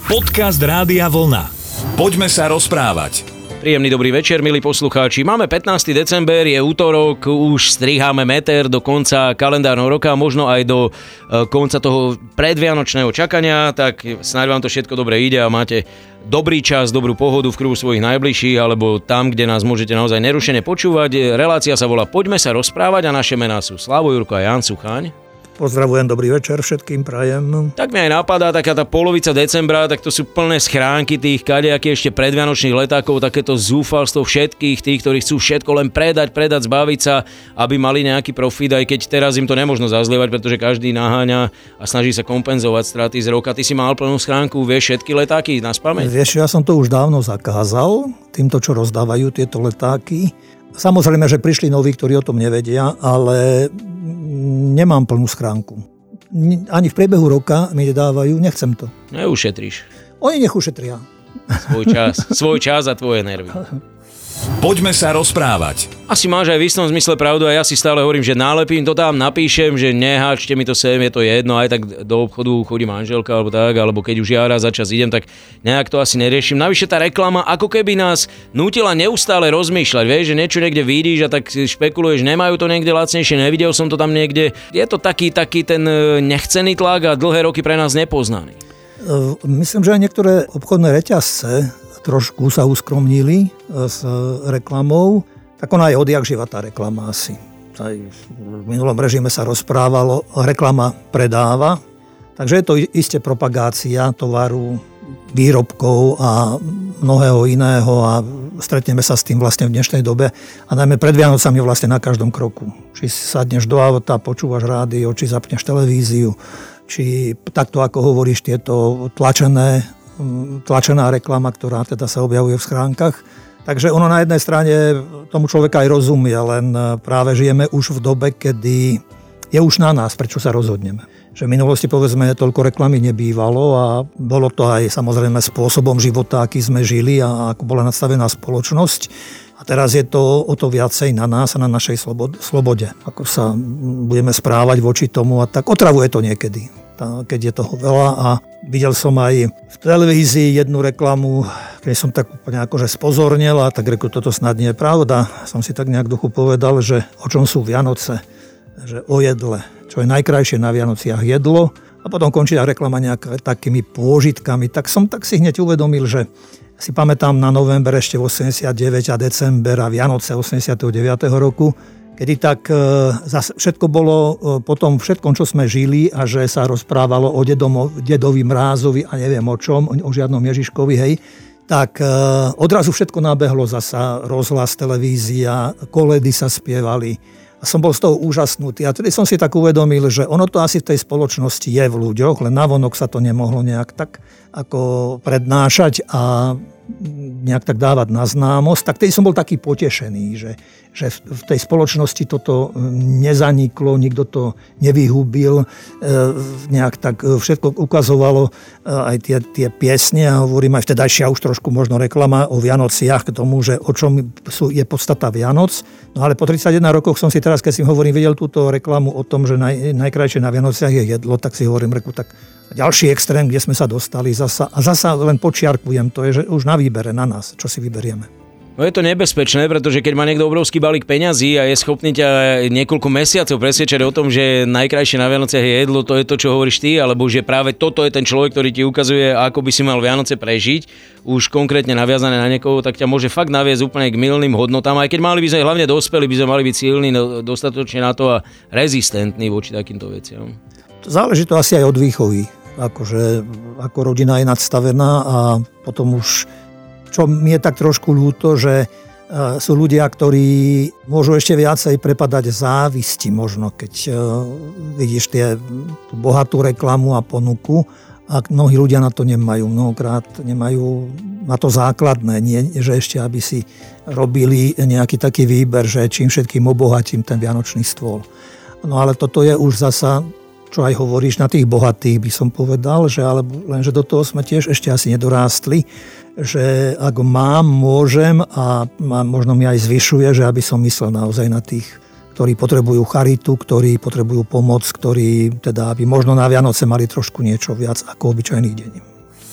Podcast Rádia Vlna. Poďme sa rozprávať. Príjemný dobrý večer, milí poslucháči. Máme 15. december, je útorok, už striháme meter do konca kalendárneho roka, možno aj do konca toho predvianočného čakania, tak snáď vám to všetko dobre ide a máte dobrý čas, dobrú pohodu v kruhu svojich najbližších, alebo tam, kde nás môžete naozaj nerušene počúvať. Relácia sa volá Poďme sa rozprávať a naše mená sú Slavo Jurko a Ján Suchaň. Pozdravujem, dobrý večer všetkým, prajem. Tak mi aj napadá taká tá polovica decembra, tak to sú plné schránky tých kadejakých ešte predvianočných letákov, takéto zúfalstvo všetkých tých, ktorí chcú všetko len predať, zbaviť sa, aby mali nejaký profit, aj keď teraz im to nemožno zazlievať, pretože každý naháňa a snaží sa kompenzovať straty z roka. Ty si mal plnú schránku, vieš všetky letáky na spamäť? Vieš, ja som to už dávno zakázal, týmto, čo rozdávajú tieto letáky. Samozrejme, že prišli noví, ktorí o tom nevedia, ale nemám plnú schránku. Ani v priebehu roka mi nedávajú, nechcem to. Neušetríš. Oni nech ušetria. Svoj čas a tvoje nervy. Poďme sa rozprávať. Asi máš aj v istom zmysle pravdu a ja si stále hovorím, že nálepím to tam, napíšem, že neháčte mi to sem, je to jedno, aj tak do obchodu chodí manželka alebo tak, alebo keď už ja raz za čas idem, tak nejak to asi neriešim. Navyše tá reklama ako keby nás nútila neustále rozmýšľať, vieš, že niečo niekde vidíš a tak špekuluješ, nemajú to niekde lacnejšie, nevidel som to tam niekde. Je to taký ten nechcený tlak a dlhé roky pre nás nepoznaný. Myslím, že aj niektoré obchodné reťazce trošku sa uskromnili s reklamou, tak ona je odjak živa tá reklama asi. Aj v minulom režime sa rozprávalo, reklama predáva, takže je to isté propagácia tovaru, výrobkov a mnohého iného a stretneme sa s tým vlastne v dnešnej dobe a najmä pred Vianocami vlastne na každom kroku. Či sadneš do auta, počúvaš rádio, či zapneš televíziu, či takto ako hovoríš tieto tlačená reklama, ktorá teda sa objavuje v schránkach. Takže ono na jednej strane tomu človeka aj rozumie, len práve žijeme už v dobe, kedy je už na nás, prečo sa rozhodneme. Že v minulosti, povedzme, toľko reklamy nebývalo a bolo to aj samozrejme spôsobom života, aký sme žili a ako bola nastavená spoločnosť. A teraz je to o to viacej na nás a na našej slobode. Ako sa budeme správať voči tomu a tak otravuje to niekedy, keď je toho veľa. A videl som aj v televízii jednu reklamu, keď som tak úplne akože spozornil a tak reku, toto snad nie je pravda. Som si tak nejak duchu povedal, že o čom sú Vianoce, že o jedle, čo je najkrajšie na Vianociach jedlo. A potom končí tá reklama nejakými takými pôžitkami. Tak som tak si hneď uvedomil, že si pamätám na november ešte 89 a december a Vianoce 89. roku, kedy tak všetko bolo potom všetkom, čo sme žili a že sa rozprávalo o dedovi Mrázovi a neviem o čom, o žiadnom Ježiškovi, hej, tak odrazu všetko nabehlo, zasa rozhlas, televízia, koledy sa spievali. A som bol z toho úžasnutý. A tedy som si tak uvedomil, že ono to asi v tej spoločnosti je v ľuďoch, len navonok sa to nemohlo nejak tak ako prednášať a nejak tak dávať na známosť. Tak tedy som bol taký potešený, že v tej spoločnosti toto nezaniklo, nikto to nevyhubil, nejak tak všetko ukazovalo aj tie piesne a hovorím aj vtedajšia už trošku možno reklama o Vianociach k tomu, že o čom je podstata Vianoc. No ale po 31 rokoch som si teraz, keď si hovorím, videl túto reklamu o tom, že najkrajšie na Vianociach je jedlo, tak si hovorím, tak ďalší extrém, kde sme sa dostali zasa len počiarkujem, to je, že už na výbere, na nás, čo si vyberieme. No je to nebezpečné, pretože keď má niekto obrovský balík peňazí a je schopný ťa niekoľko mesiacov presvedčať o tom, že najkrajšie na Vianociach je jedlo, to je to, čo hovoríš ty, alebo že práve toto je ten človek, ktorý ti ukazuje, ako by si mal Vianoce prežiť, už konkrétne naviazané na niekoho, tak ťa môže fakt naviesť úplne k mylným hodnotám, aj keď mali by sme hlavne dospeli, by sme mali byť silní dostatočne na to a rezistentní voči takýmto veciam. Záleží to asi aj od výchovy, akože ako rodina je nadstavená a potom už čo mi je tak trošku ľúto, že sú ľudia, ktorí môžu ešte viacej prepadať závisti možno, keď vidíš tú bohatú reklamu a ponuku a mnohí ľudia na to nemajú. Mnohokrát nemajú na to základné, nie, že ešte aby si robili nejaký taký výber, že čím všetkým obohatím ten vianočný stôl. No ale toto je už zasa, čo aj hovoríš, na tých bohatých by som povedal, že ale lenže do toho sme tiež ešte asi nedorástli, že ak môžem a možno mi aj zvyšuje, že aby som myslel naozaj na tých, ktorí potrebujú charitu, ktorí potrebujú pomoc, ktorí teda aby možno na Vianoce mali trošku niečo viac ako obyčajných deň.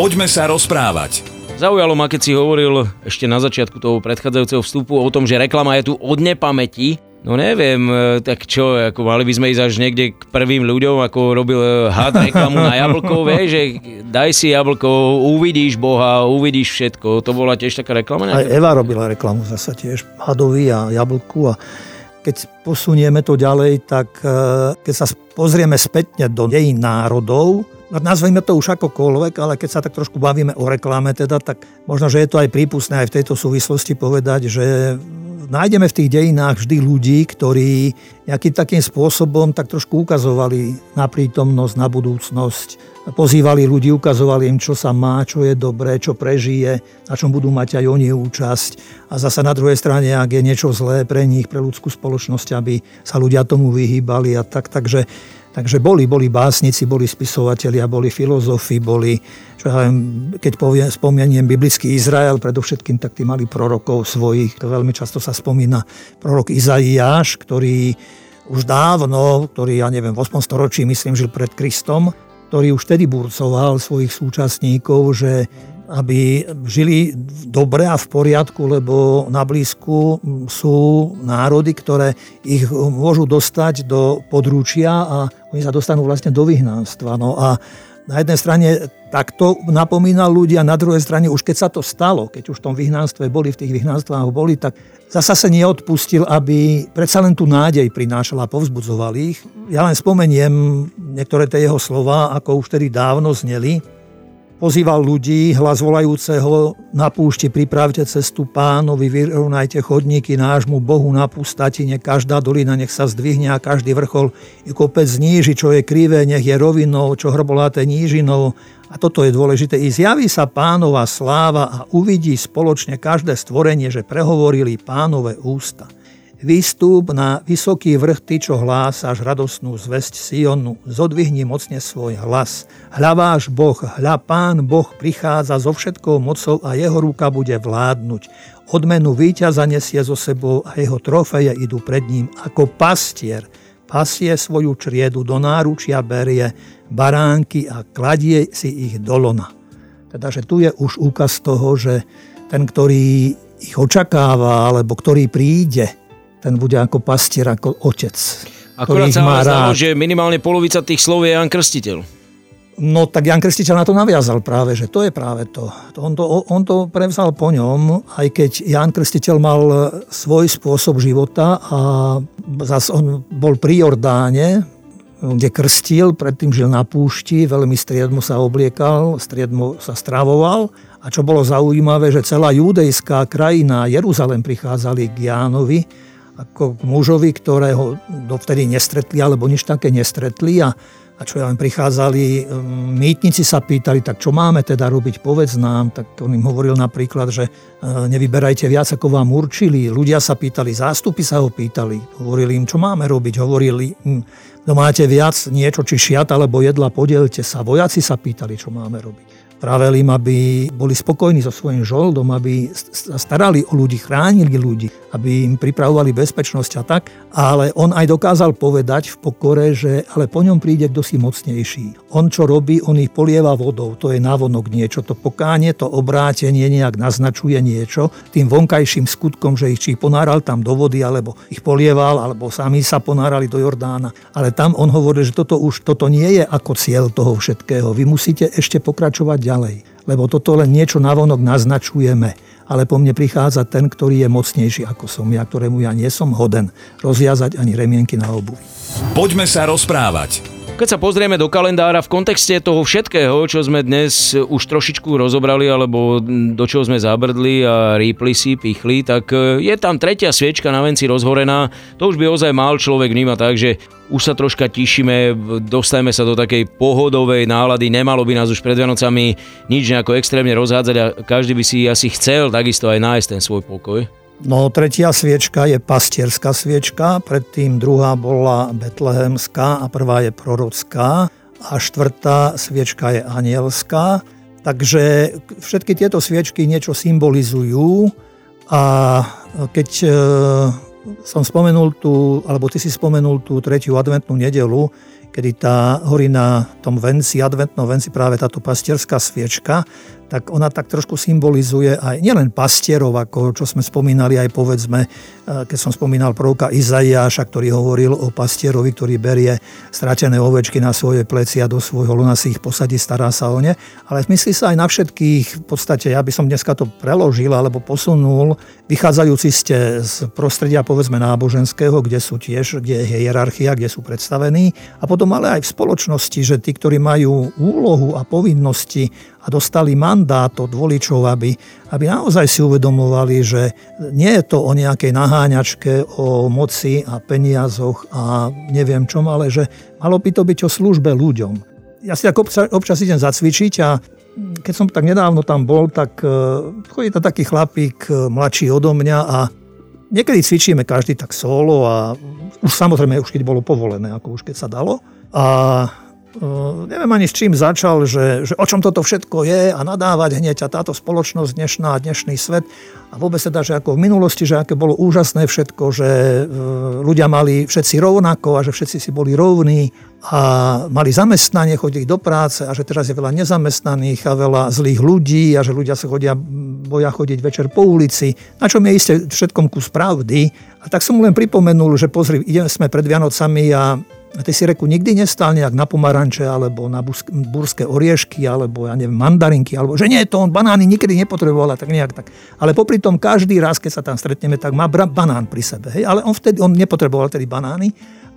Poďme sa rozprávať. Zaujalo ma, keď si hovoril ešte na začiatku toho predchádzajúceho vstupu o tom, že reklama je tu od nepamäti. No neviem, tak čo, ako mali by sme ísť až niekde k prvým ľuďom, ako robil had reklamu na jablko, vieš, že daj si jablko, uvidíš Boha, uvidíš všetko. To bola tiež taká reklama? Aj Eva robila reklamu zasa tiež, hadovi a jablku. A keď posunieme to ďalej, tak keď sa pozrieme spätne do dejín národov, nazvejme to už akokoľvek, ale keď sa tak trošku bavíme o reklame, teda, tak možno, že je to aj prípustné aj v tejto súvislosti povedať, že nájdeme v tých dejinách vždy ľudí, ktorí nejakým takým spôsobom tak trošku ukazovali na prítomnosť, na budúcnosť, pozývali ľudí, ukazovali im, čo sa má, čo je dobré, čo prežije, na čom budú mať aj oni účasť. A zasa na druhej strane, ak je niečo zlé pre nich, pre ľudskú spoločnosť, aby sa ľudia tomu vyhýbali a tak. Takže boli básnici, boli spisovatelia, boli filozofi, boli, čo ja viem, keď spomeniem biblický Izrael, predovšetkým tak tí mali prorokov svojich. To veľmi často sa spomína prorok Izaiáš, ktorý už dávno, ja neviem, v 8. storočí, myslím, žil pred Kristom, ktorý už vtedy burcoval svojich súčasníkov, že aby žili dobre a v poriadku, lebo na blízku sú národy, ktoré ich môžu dostať do područia a oni sa dostanú vlastne do vyhnanstva. No a na jednej strane takto napomínal ľudia, na druhej strane už keď sa to stalo, keď už v tom vyhnanstve boli, v tých vyhnanstvách boli, tak zasa sa neodpustil, aby predsa len tú nádej prinášal a povzbudzoval ich. Ja len spomeniem niektoré tie jeho slova, ako už tedy dávno zneli. Pozýval ľudí, hlas volajúceho na púšti, pripravte cestu Pánovi, vyrovnajte chodníky nášmu Bohu na pustatine, každá dolina nech sa zdvihne a každý vrchol i kopec zníži, čo je krivé, nech je rovinou, čo hrbolaté nížinou. A toto je dôležité. I zjaví sa Pánova sláva a uvidí spoločne každé stvorenie, že prehovorili Pánove ústa. Vystúp na vysoký vrch, ty, čo hlásaš radosnú zvesť Sionu, zodvihni mocne svoj hlas. Hľa váš Boh, hľa Pán Boh prichádza so všetkou mocou a jeho ruka bude vládnuť. Odmenu víťaza nesie so sebou a jeho trofeje idú pred ním ako pastier. Pasie svoju čriedu, do náručia berie baránky a kladie si ich do lona. Teda, že tu je už úkaz toho, že ten, ktorý ich očakáva, alebo ktorý príde, ten bude ako pastier, ako otec. Akorát sa ale zdalo, že minimálne polovica tých slov je Ján Krstiteľ. No tak Ján Krstiteľ na to naviazal práve, že to je práve to. On to prevzal po ňom, aj keď Ján Krstiteľ mal svoj spôsob života a zase on bol pri Jordáne, kde krstil, predtým žil na púšti, veľmi striedmo sa obliekal, striedmo sa stravoval. A čo bolo zaujímavé, že celá judejská krajina, Jeruzalém, prichádzali k Jánovi, ako k mužovi, ktorého dovtedy nestretli, alebo nič také nestretli. A čo ja len prichádzali, mýtnici sa pýtali, tak čo máme teda robiť, povedz nám. Tak on im hovoril napríklad, že nevyberajte viac, ako vám určili. Ľudia sa pýtali, zástupy sa ho pýtali. Hovorili im, čo máme robiť. Hovorili, kto máte viac niečo, či šiat, alebo jedla, podielte sa. Vojaci sa pýtali, čo máme robiť. Praveli im, aby boli spokojní so svojím žoldom, aby sa starali o ľudí, chránili ľudí, aby im pripravovali bezpečnosť a tak. Ale on aj dokázal povedať v pokore, že ale po ňom príde kdosi mocnejší. On čo robí, on ich polieva vodou, to je návonok niečo. To pokánie, to obrátenie nejak naznačuje niečo tým vonkajším skutkom, že ich či ponáral tam do vody, alebo ich polieval, alebo sami sa ponárali do Jordána. Ale tam on hovorí, že toto nie je ako cieľ toho všetkého. Vy musíte ešte pokračovať ďalej, lebo toto len niečo navonok naznačujeme. Ale po mne prichádza ten, ktorý je mocnejší ako som ja, ktorému ja nie som hoden rozviazať ani remienky na obuvi. Poďme sa rozprávať. Keď sa pozrieme do kalendára v kontexte toho všetkého, čo sme dnes už trošičku rozobrali, alebo do čoho sme zabrdli a rýpli si, pichli, tak je tam tretia sviečka na venci rozhorená. To už by ozaj mal človek vnímať tak, že už sa troška tišíme, dostajeme sa do takej pohodovej nálady, nemalo by nás už pred Vianocami nič nejako extrémne rozhádzať a každý by si asi chcel takisto aj nájsť ten svoj pokoj. No, tretia sviečka je pastierská sviečka, predtým druhá bola betlehemská a prvá je prorocká a štvrtá sviečka je anielská. Takže všetky tieto sviečky niečo symbolizujú a keď som spomenul alebo ty si spomenul tú tretiu adventnú nedeľu, kedy tá horí na tom venci, adventnom venci práve táto pastierská sviečka, tak ona tak trošku symbolizuje aj nielen pastierov, ako čo sme spomínali aj povedzme, keď som spomínal proroka Izaiáša, ktorý hovoril o pastierovi, ktorý berie stratené ovečky na svoje plecia do svojho lona, si ich posadí, stará sa o ne. Ale myslí sa aj na všetkých, v podstate ja by som dneska to preložil alebo posunul, vychádzajúci ste z prostredia povedzme náboženského, kde je hierarchia, kde sú predstavení, a potom ale aj v spoločnosti, že tí, ktorí majú úlohu a povinnosti a dostali mandát od voličov, aby naozaj si uvedomovali, že nie je to o nejakej naháňačke, o moci a peniazoch a neviem čom, ale že malo by to byť o službe ľuďom. Ja si tak občas idem zacvičiť a keď som tak nedávno tam bol, tak chodí tam taký chlapík mladší odo mňa a niekedy cvičíme každý tak solo a už samozrejme, už keď bolo povolené, ako už keď sa dalo. A neviem ani s čím začal, že o čom toto všetko je a nadávať hneď a táto spoločnosť dnešná, dnešný svet a vôbec teda, že ako v minulosti, že aké bolo úžasné všetko, že ľudia mali všetci rovnako a že všetci si boli rovní a mali zamestnanie, chodili do práce a že teraz je veľa nezamestnaných a veľa zlých ľudí a že ľudia sa boja chodiť večer po ulici, na čom je iste všetkom kus pravdy. A tak som mu len pripomenul, že pozri, sme pred Vianocami a ty si reku nikdy nestal nejak na pomaranče alebo na burské oriešky alebo ja neviem, mandarinky, alebo že nie, to on banány nikdy nepotreboval, tak nejak tak. Ale popri tom každý raz, keď sa tam stretneme, tak má banán pri sebe. Hej? Ale on nepotreboval tedy banány.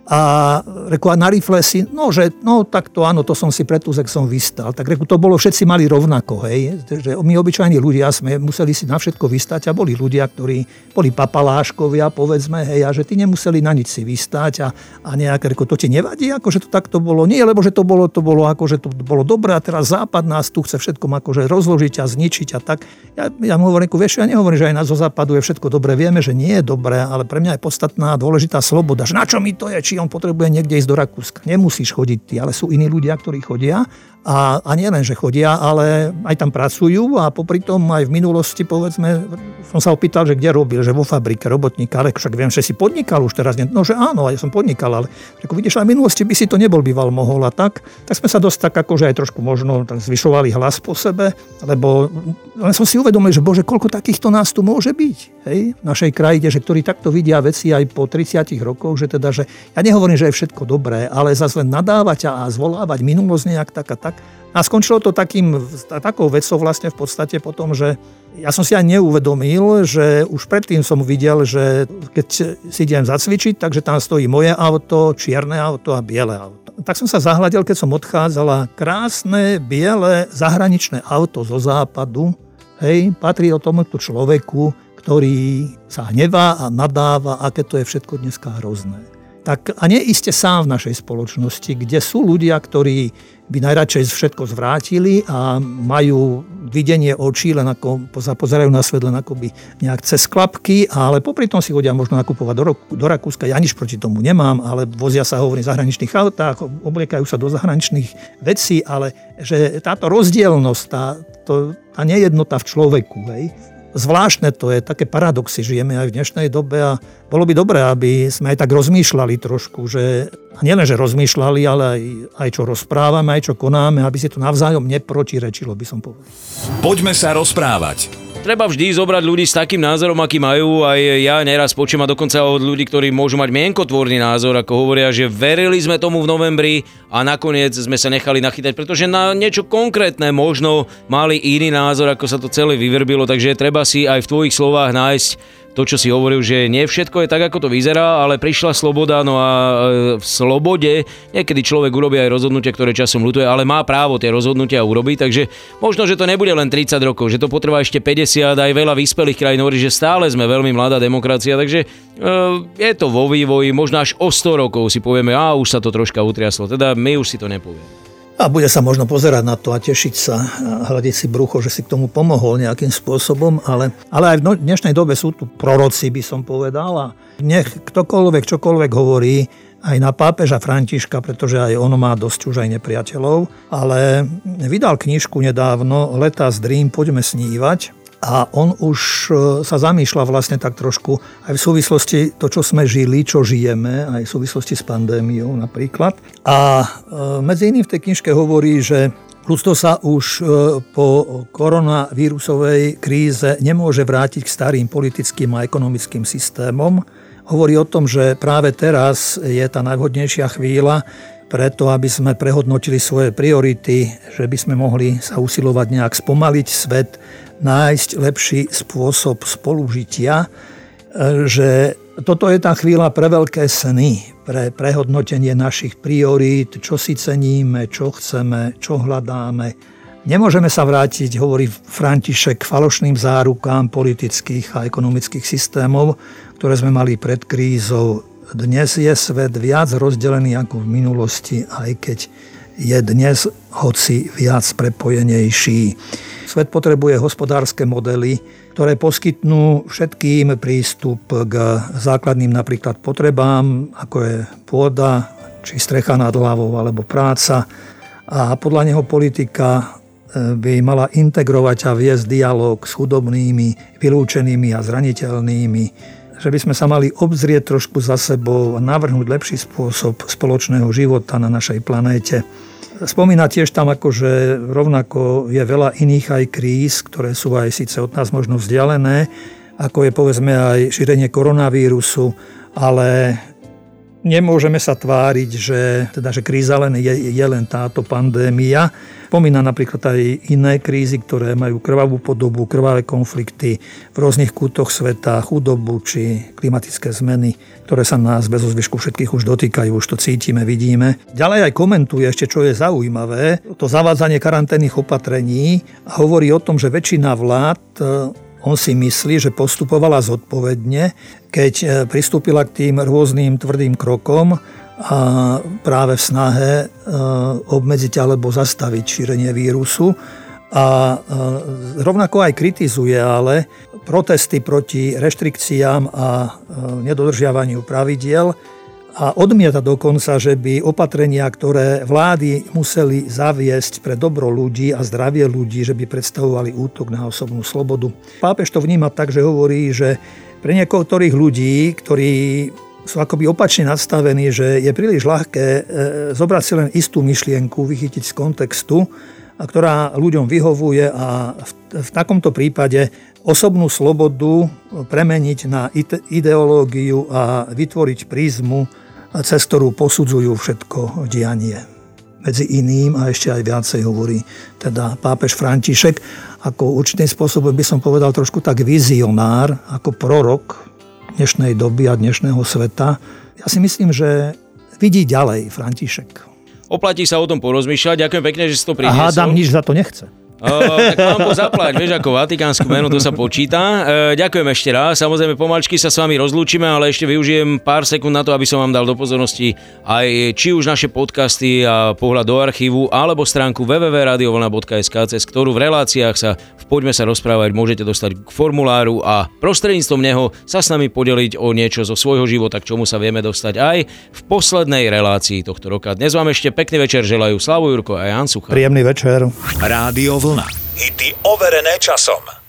A reku, a na rifle si, tak to áno, to som si pre túzek som vystal. Tak reku, to bolo, všetci mali rovnako, hej. Že my obyčajní ľudia sme museli si na všetko vystať a boli ľudia, ktorí boli papaláškovia, povedzme, hej, a že tí nemuseli na nič si vystať a nejaké, reku, to ti nevadí, akože to takto bolo? Nie, lebo že to bolo akože to bolo dobré a teraz západ nás tu chce všetkom akože rozložiť a zničiť a tak. Ja mu hovorím, vieš, ja nehovorím, že aj na zo západu je všetko dobré, vieme, že nie je dobré, ale pre mňa je podstatná dôležitá sloboda. Že na čo mi to je, či on potrebuje niekde ísť do Rakúska. Nemusíš chodiť ty, ale sú iní ľudia, ktorí chodia a nie len, že chodia, ale aj tam pracujú a popri tom aj v minulosti, povedzme, som sa opýtal, že kde robil, že vo fabrike robotníka, ale však viem, že si podnikal už teraz. No, že áno, ja som podnikal, ale ako vidíš, aj v minulosti by si to nebol býval mohol a tak sme sa dosť tak akože aj trošku možno tak zvyšovali hlas po sebe, lebo len som si uvedomil, že bože, koľko takýchto nás tu môže byť, hej, v našej krajine, že ktorí takto vidia veci aj po 30 rokoch, že teda, že ja nehovorím, že je všetko dobré, ale zase len nadávať a zvolávať minulosť nejak tak a tak. A skončilo to takou vecou vlastne v podstate potom, že ja som si aj neuvedomil, že už predtým som videl, že keď si idem zacvičiť, takže tam stojí moje auto, čierne auto a biele auto. Tak som sa zahľadil, keď som odchádzala, krásne, biele, zahraničné auto zo západu, hej, patrí o tomuto človeku, ktorý sa hnevá a nadáva, aké to je všetko dneska hrozné. Tak a neiste sám v našej spoločnosti, kde sú ľudia, ktorí by najradšej všetko zvrátili a majú videnie očí, len ako pozerajú na svet len akoby nejak cez klapky, ale popri tom si chodia možno nakupovať do Rakúska. Ja nič proti tomu nemám, ale vozia sa, hovorím, v zahraničných autách, obliekajú sa do zahraničných vecí, ale že táto rozdielnosť, tá nejednota v človeku, hej, zvláštne to je, také paradoxy žijeme aj v dnešnej dobe a bolo by dobré, aby sme aj tak rozmýšľali trošku, že a nielen, že rozmýšľali, ale aj čo rozprávame, aj čo konáme, aby si to navzájom neprotirečilo, by som povedal. Poďme sa rozprávať. Treba vždy zobrať ľudí s takým názorom, aký majú. Aj ja neraz počujem a dokonca od ľudí, ktorí môžu mať mienkotvorný názor, ako hovoria, že verili sme tomu v novembri a nakoniec sme sa nechali nachytať, pretože na niečo konkrétne možno mali iný názor, ako sa to celé vyvrbilo, takže treba si aj v tvojich slovách nájsť to, čo si hovoril, že nie všetko je tak, ako to vyzerá, ale prišla sloboda, no a v slobode niekedy človek urobí aj rozhodnutia, ktoré časom ľutuje, ale má právo tie rozhodnutia urobiť, takže možno, že to nebude len 30 rokov, že to potrvá ešte 50, aj veľa vyspelých krajín hovorí, že stále sme veľmi mladá demokracia, takže je to vo vývoji, možno až o 100 rokov si povieme, už sa to troška utriaslo, teda my už si to nepovieme. A bude sa možno pozerať na to a tešiť sa a hľadiť si brucho, že si k tomu pomohol nejakým spôsobom, ale aj v dnešnej dobe sú tu proroci, by som povedal, a nech ktokoľvek, čokoľvek hovorí, aj na pápeža Františka, pretože aj ono má dosť už aj nepriateľov, ale vydal knižku nedávno Let us dream, poďme snívať, A on už sa zamýšľa vlastne tak trošku aj v súvislosti to, čo sme žili, čo žijeme, aj v súvislosti s pandémiou napríklad. A medzi iným v tej knižke hovorí, že ľudstvo sa už po koronavírusovej kríze nemôže vrátiť k starým politickým a ekonomickým systémom. Hovorí o tom, že práve teraz je tá najvhodnejšia chvíľa preto, aby sme prehodnotili svoje priority, že by sme mohli sa usilovať nejak spomaliť svet, nájsť lepší spôsob spolužitia, že toto je tá chvíľa pre veľké sny, pre prehodnotenie našich priorít, čo si ceníme, čo chceme, čo hľadáme. Nemôžeme sa vrátiť, hovorí František, k falošným zárukám politických a ekonomických systémov, ktoré sme mali pred krízou. Dnes je svet viac rozdelený ako v minulosti, aj keď je dnes hoci viac prepojenejší. Svet potrebuje hospodárske modely, ktoré poskytnú všetkým prístup k základným napríklad potrebám, ako je pôda, či strecha nad hlavou, alebo práca. A podľa neho politika by mala integrovať a viesť dialóg s chudobnými, vylúčenými a zraniteľnými, že by sme sa mali obzrieť trošku za sebou a navrhnúť lepší spôsob spoločného života na našej planéte. Spomína tiež tam, akože rovnako je veľa iných aj kríz, ktoré sú aj síce od nás možno vzdialené, ako je povedzme aj šírenie koronavírusu, ale nemôžeme sa tváriť, že kríza len je len táto pandémia. Spomína napríklad aj iné krízy, ktoré majú krvavú podobu, krvavé konflikty v rôznych kútoch sveta, chudobu či klimatické zmeny, ktoré sa nás bez zvyšku všetkých už dotýkajú, už to cítime, vidíme. Ďalej aj komentuje ešte, čo je zaujímavé, to zavádzanie karanténnych opatrení a hovorí o tom, že väčšina vlád, on si myslí, že postupovala zodpovedne, keď pristúpila k tým rôznym tvrdým krokom a práve v snahe obmedziť alebo zastaviť šírenie vírusu. A rovnako aj kritizuje ale protesty proti reštrikciám a nedodržiavaniu pravidiel a odmieta dokonca, že by opatrenia, ktoré vlády museli zaviesť pre dobro ľudí a zdravie ľudí, že by predstavovali útok na osobnú slobodu. Pápež to vníma tak, že hovorí, že pre niektorých ľudí, ktorí sú akoby opačne nastavení, že je príliš ľahké zobrať si len istú myšlienku, vychytiť z kontextu, a ktorá ľuďom vyhovuje a v takomto prípade osobnú slobodu premeniť na ideológiu a vytvoriť prízmu, cez ktorú posudzujú všetko dianie. Medzi iným, a ešte aj viacej hovorí teda pápež František, ako určitým spôsobom by som povedal trošku tak vizionár, ako prorok dnešnej doby a dnešného sveta. Ja si myslím, že vidí ďalej František. Oplatí sa o tom porozmýšľať. Ďakujem pekne, že si to priniesol. A hádam, nič za to nechce. Tak mám zaplať, vieš, ako vatikánsku menu, to sa počíta. Ďakujem ešte raz. Samozrejme, pomaličky sa s vami rozlúčime, ale ešte využijem pár sekúnd na to, aby som vám dal do pozornosti aj či už naše podcasty a pohľad do archívu, alebo stránku www.radiovlna.sk, cez ktorú v reláciách sa v Poďme sa rozprávať môžete dostať k formuláru a prostredníctvom neho sa s nami podeliť o niečo zo svojho života, k čomu sa vieme dostať aj v poslednej relácii tohto roka. Dnes vám ešte pekný večer želajú Slavo Jurko a Ján Suchá. Príjemný večer. Rádio Vlna. Hity overené časom.